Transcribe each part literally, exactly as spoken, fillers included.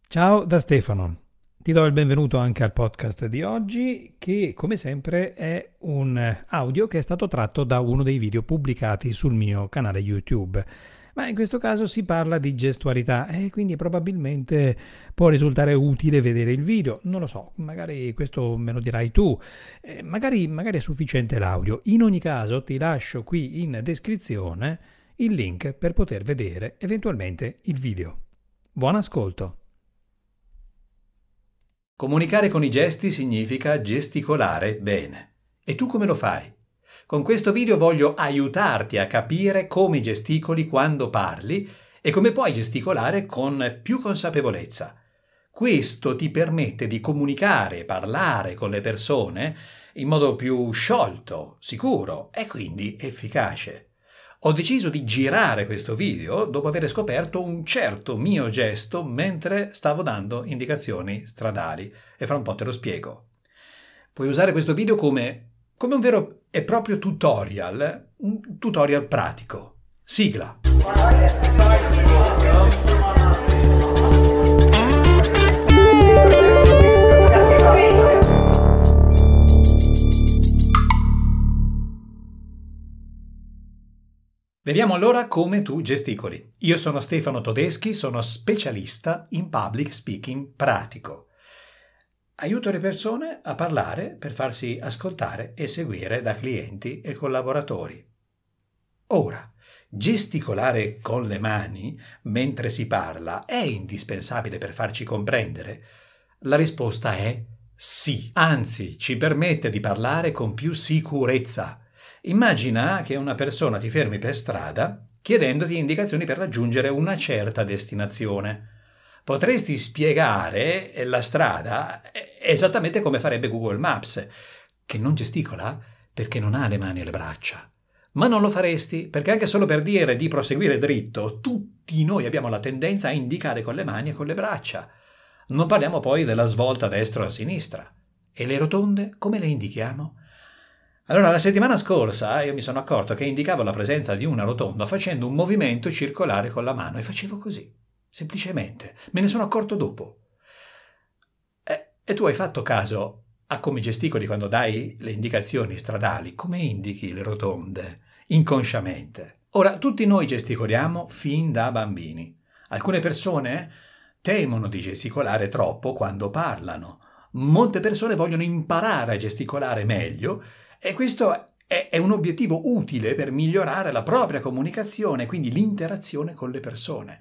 Ciao da Stefano, ti do il benvenuto anche al podcast di oggi che come sempre è un audio che è stato tratto da uno dei video pubblicati sul mio canale YouTube. Ma in questo caso si parla di gestualità e quindi probabilmente può risultare utile vedere il video, non lo so, magari questo me lo dirai tu, eh, magari, magari è sufficiente l'audio. In ogni caso ti lascio qui in descrizione il link per poter vedere eventualmente il video. Buon ascolto! Comunicare con i gesti significa gesticolare bene. E tu come lo fai? Con questo video voglio aiutarti a capire come gesticoli quando parli e come puoi gesticolare con più consapevolezza. Questo ti permette di comunicare e parlare con le persone in modo più sciolto, sicuro e quindi efficace. Ho deciso di girare questo video dopo aver scoperto un certo mio gesto mentre stavo dando indicazioni stradali e fra un po' te lo spiego. Puoi usare questo video come, come un vero e proprio tutorial, un tutorial pratico. Sigla! Vediamo allora come tu gesticoli. Io sono Stefano Todeschi, sono specialista in public speaking pratico. Aiuto le persone a parlare per farsi ascoltare e seguire da clienti e collaboratori. Ora, gesticolare con le mani mentre si parla è indispensabile per farci comprendere? La risposta è sì, anzi ci permette di parlare con più sicurezza. Immagina che una persona ti fermi per strada chiedendoti indicazioni per raggiungere una certa destinazione. Potresti spiegare la strada esattamente come farebbe Google Maps, che non gesticola perché non ha le mani e le braccia. Ma non lo faresti perché anche solo per dire di proseguire dritto, tutti noi abbiamo la tendenza a indicare con le mani e con le braccia. Non parliamo poi della svolta a destra o a sinistra. E le rotonde come le indichiamo? Allora, la settimana scorsa io mi sono accorto che indicavo la presenza di una rotonda facendo un movimento circolare con la mano e facevo così, semplicemente. Me ne sono accorto dopo. E, e tu hai fatto caso a come gesticoli quando dai le indicazioni stradali? Come indichi le rotonde? Inconsciamente. Ora, tutti noi gesticoliamo fin da bambini. Alcune persone temono di gesticolare troppo quando parlano. Molte persone vogliono imparare a gesticolare meglio. E questo è, è un obiettivo utile per migliorare la propria comunicazione, quindi l'interazione con le persone.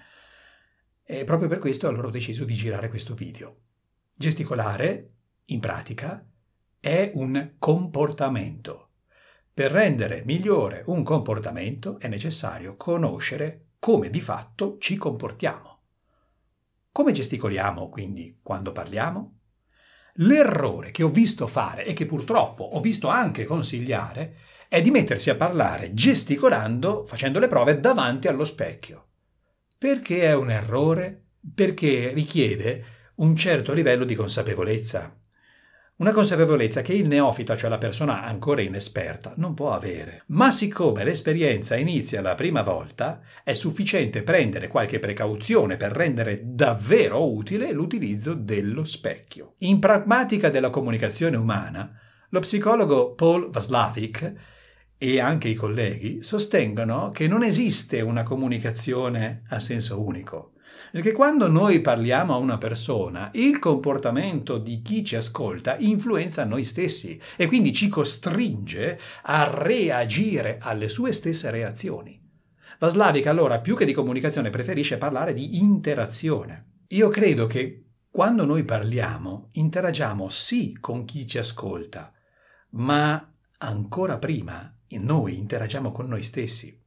E proprio per questo allora ho deciso di girare questo video. Gesticolare, in pratica, è un comportamento. Per rendere migliore un comportamento è necessario conoscere come di fatto ci comportiamo. Come gesticoliamo, quindi, quando parliamo? L'errore che ho visto fare e che purtroppo ho visto anche consigliare è di mettersi a parlare gesticolando, facendo le prove davanti allo specchio. Perché è un errore? Perché richiede un certo livello di consapevolezza. Una consapevolezza che il neofita, cioè la persona ancora inesperta, non può avere. Ma siccome l'esperienza inizia la prima volta, è sufficiente prendere qualche precauzione per rendere davvero utile l'utilizzo dello specchio. In Pragmatica della comunicazione umana, lo psicologo Paul Watzlawick e anche i colleghi sostengono che non esiste una comunicazione a senso unico. Perché quando noi parliamo a una persona, il comportamento di chi ci ascolta influenza noi stessi e quindi ci costringe a reagire alle sue stesse reazioni. Watzlawick allora, più che di comunicazione, preferisce parlare di interazione. Io credo che quando noi parliamo, interagiamo sì con chi ci ascolta, ma ancora prima noi interagiamo con noi stessi.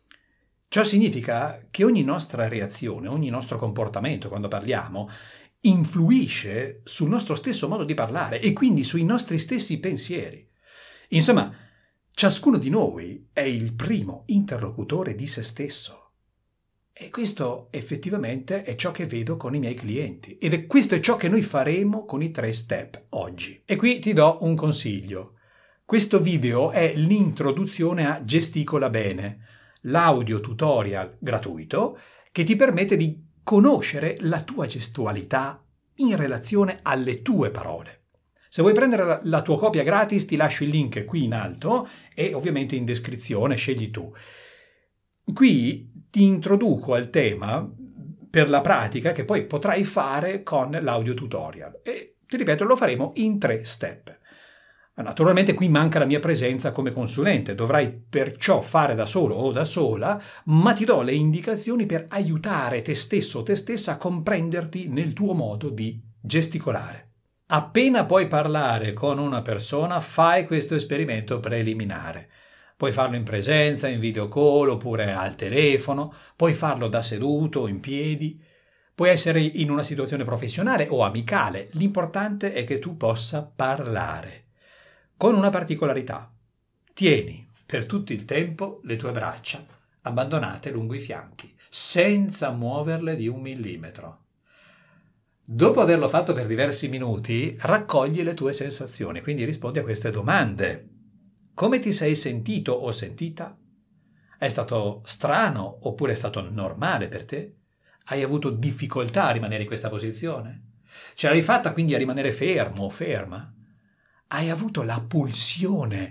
Ciò significa che ogni nostra reazione, ogni nostro comportamento quando parliamo, influisce sul nostro stesso modo di parlare e quindi sui nostri stessi pensieri. Insomma, ciascuno di noi è il primo interlocutore di se stesso. E questo effettivamente è ciò che vedo con i miei clienti. Ed è questo è ciò che noi faremo con i tre step oggi. E qui ti do un consiglio. Questo video è l'introduzione a Gesticola Bene, l'audio tutorial gratuito che ti permette di conoscere la tua gestualità in relazione alle tue parole. Se vuoi prendere la tua copia gratis, ti lascio il link qui in alto e ovviamente in descrizione, scegli tu. Qui ti introduco al tema per la pratica che poi potrai fare con l'audio tutorial e ti ripeto, lo faremo in tre step. Naturalmente qui manca la mia presenza come consulente, dovrai perciò fare da solo o da sola, ma ti do le indicazioni per aiutare te stesso o te stessa a comprenderti nel tuo modo di gesticolare. Appena puoi parlare con una persona, fai questo esperimento preliminare. Puoi farlo in presenza, in video call oppure al telefono, puoi farlo da seduto o in piedi, puoi essere in una situazione professionale o amicale, l'importante è che tu possa parlare. Con una particolarità, tieni per tutto il tempo le tue braccia abbandonate lungo i fianchi, senza muoverle di un millimetro. Dopo averlo fatto per diversi minuti, raccogli le tue sensazioni, quindi rispondi a queste domande. Come ti sei sentito o sentita? È stato strano oppure è stato normale per te? Hai avuto difficoltà a rimanere in questa posizione? Ce l'hai fatta quindi a rimanere fermo o ferma? Hai avuto la pulsione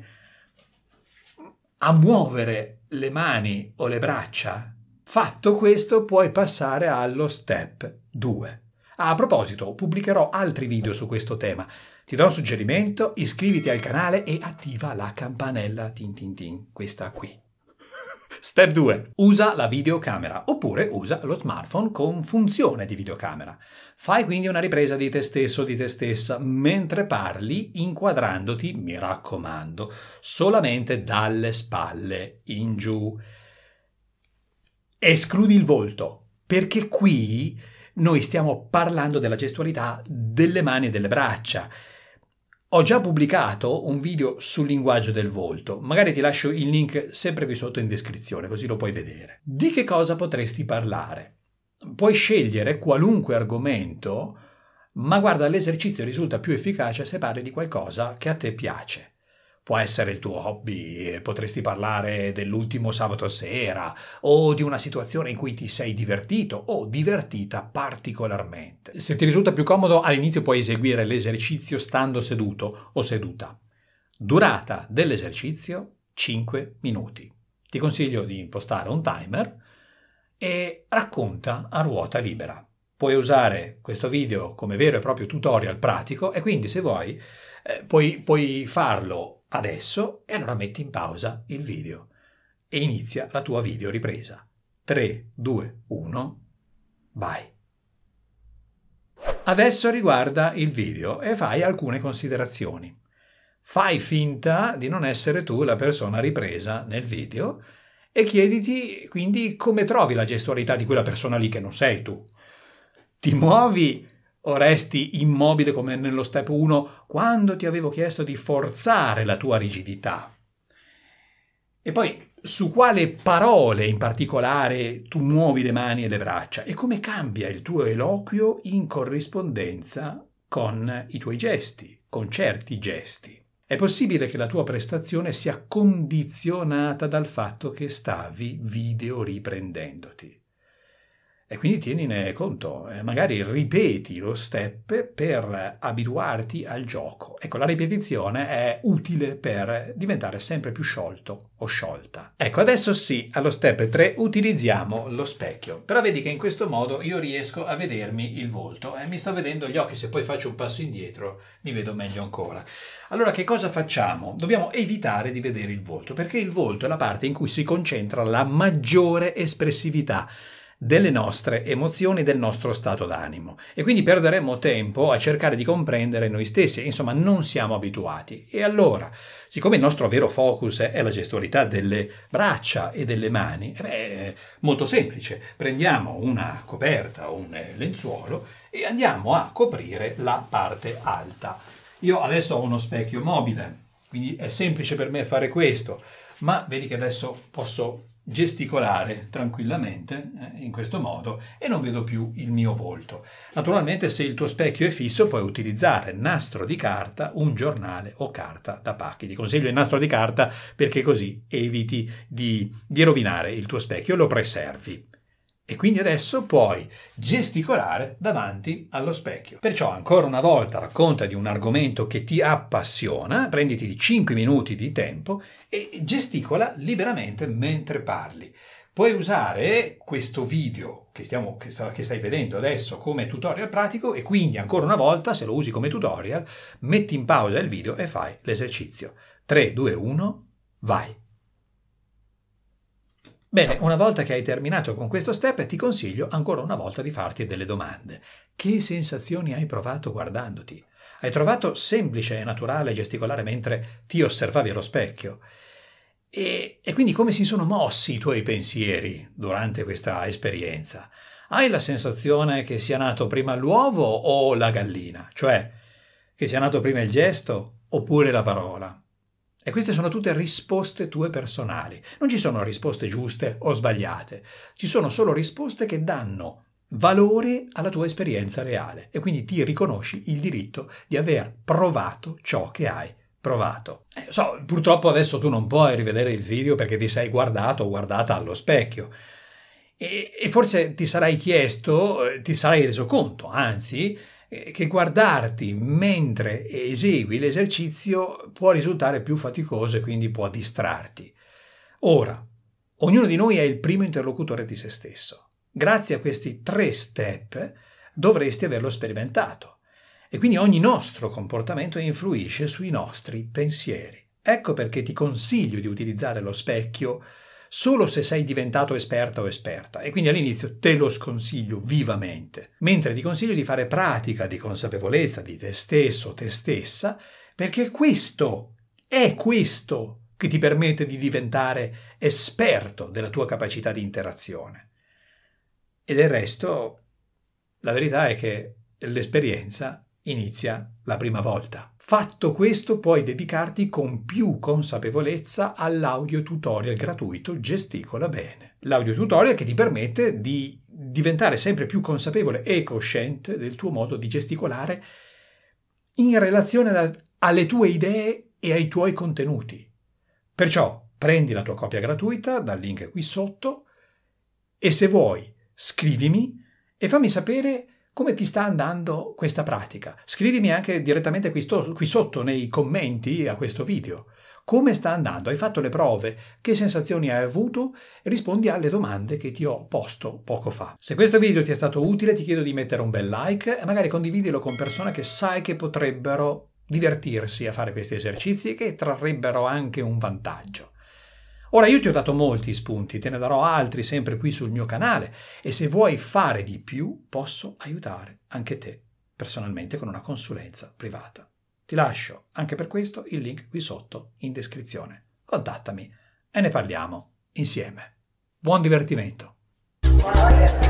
a muovere le mani o le braccia? Fatto questo, puoi passare allo step due. Ah, a proposito, pubblicherò altri video su questo tema. Ti do un suggerimento, iscriviti al canale e attiva la campanella tin tin tin, questa qui. Step due. Usa la videocamera oppure usa lo smartphone con funzione di videocamera. Fai quindi una ripresa di te stesso o di te stessa mentre parli, inquadrandoti, mi raccomando, solamente dalle spalle in giù. Escludi il volto, perché qui noi stiamo parlando della gestualità delle mani e delle braccia. Ho già pubblicato un video sul linguaggio del volto, magari ti lascio il link sempre qui sotto in descrizione, così lo puoi vedere. Di che cosa potresti parlare? Puoi scegliere qualunque argomento, ma guarda, l'esercizio risulta più efficace se parli di qualcosa che a te piace. Può essere il tuo hobby, potresti parlare dell'ultimo sabato sera o di una situazione in cui ti sei divertito o divertita particolarmente. Se ti risulta più comodo, all'inizio puoi eseguire l'esercizio stando seduto o seduta. Durata dell'esercizio cinque minuti. Ti consiglio di impostare un timer e racconta a ruota libera. Puoi usare questo video come vero e proprio tutorial pratico e quindi se vuoi eh, puoi, puoi farlo adesso e allora metti in pausa il video e inizia la tua video ripresa. tre, due, uno, vai. Adesso riguarda il video e fai alcune considerazioni. Fai finta di non essere tu la persona ripresa nel video e chiediti quindi come trovi la gestualità di quella persona lì che non sei tu. Ti muovi o resti immobile come nello step uno quando ti avevo chiesto di forzare la tua rigidità? E poi su quale parole in particolare tu muovi le mani e le braccia e come cambia il tuo eloquio in corrispondenza con i tuoi gesti, con certi gesti? È possibile che la tua prestazione sia condizionata dal fatto che stavi video riprendendoti. E quindi tienine conto, eh, magari ripeti lo step per abituarti al gioco. Ecco, la ripetizione è utile per diventare sempre più sciolto o sciolta. Ecco, adesso sì, allo step tre utilizziamo lo specchio. Però vedi che in questo modo io riesco a vedermi il volto e eh, mi sto vedendo gli occhi. Se poi faccio un passo indietro mi vedo meglio ancora. Allora che cosa facciamo? Dobbiamo evitare di vedere il volto, perché il volto è la parte in cui si concentra la maggiore espressività delle nostre emozioni, del nostro stato d'animo e quindi perderemo tempo a cercare di comprendere noi stessi, insomma non siamo abituati. E allora, siccome il nostro vero focus è la gestualità delle braccia e delle mani, eh beh, molto semplice, prendiamo una coperta o un lenzuolo e andiamo a coprire la parte alta. Io adesso ho uno specchio mobile, quindi è semplice per me fare questo, ma vedi che adesso posso gesticolare tranquillamente eh, in questo modo e non vedo più il mio volto. Naturalmente se il tuo specchio è fisso puoi utilizzare nastro di carta, un giornale o carta da pacchi. Ti consiglio il nastro di carta perché così eviti di, di rovinare il tuo specchio e lo preservi. E quindi adesso puoi gesticolare davanti allo specchio. Perciò ancora una volta racconta di un argomento che ti appassiona, prenditi cinque minuti di tempo e gesticola liberamente mentre parli. Puoi usare questo video che, stiamo, che, sta, che stai vedendo adesso come tutorial pratico e quindi ancora una volta, se lo usi come tutorial, metti in pausa il video e fai l'esercizio. tre, due, uno, vai! Bene, una volta che hai terminato con questo step, ti consiglio ancora una volta di farti delle domande. Che sensazioni hai provato guardandoti? Hai trovato semplice e naturale gesticolare mentre ti osservavi allo specchio? E, e quindi come si sono mossi i tuoi pensieri durante questa esperienza? Hai la sensazione che sia nato prima l'uovo o la gallina? Cioè, che sia nato prima il gesto oppure la parola? E queste sono tutte risposte tue personali. Non ci sono risposte giuste o sbagliate. Ci sono solo risposte che danno valore alla tua esperienza reale e quindi ti riconosci il diritto di aver provato ciò che hai provato. Eh, so, purtroppo adesso tu non puoi rivedere il video perché ti sei guardato o guardata allo specchio e, e forse ti sarai chiesto, ti sarai reso conto, anzi, che guardarti mentre esegui l'esercizio può risultare più faticoso e quindi può distrarti. Ora, ognuno di noi è il primo interlocutore di se stesso. Grazie a questi tre step dovresti averlo sperimentato e quindi ogni nostro comportamento influisce sui nostri pensieri. Ecco perché ti consiglio di utilizzare lo specchio solo se sei diventato esperta o esperta e quindi all'inizio te lo sconsiglio vivamente, mentre ti consiglio di fare pratica di consapevolezza di te stesso o te stessa perché questo è questo che ti permette di diventare esperto della tua capacità di interazione. E del resto la verità è che l'esperienza inizia la prima volta. Fatto questo, puoi dedicarti con più consapevolezza all'audio tutorial gratuito Gesticola Bene. L'audio tutorial che ti permette di diventare sempre più consapevole e cosciente del tuo modo di gesticolare in relazione alle tue idee e ai tuoi contenuti. Perciò prendi la tua copia gratuita dal link qui sotto e se vuoi scrivimi e fammi sapere come ti sta andando questa pratica. Scrivimi anche direttamente qui, sto, qui sotto nei commenti a questo video. Come sta andando? Hai fatto le prove? Che sensazioni hai avuto? Rispondi alle domande che ti ho posto poco fa. Se questo video ti è stato utile ti chiedo di mettere un bel like e magari condividilo con persone che sai che potrebbero divertirsi a fare questi esercizi e che trarrebbero anche un vantaggio. Ora io ti ho dato molti spunti, te ne darò altri sempre qui sul mio canale e se vuoi fare di più posso aiutare anche te personalmente con una consulenza privata. Ti lascio anche per questo il link qui sotto in descrizione. Contattami e ne parliamo insieme. Buon divertimento!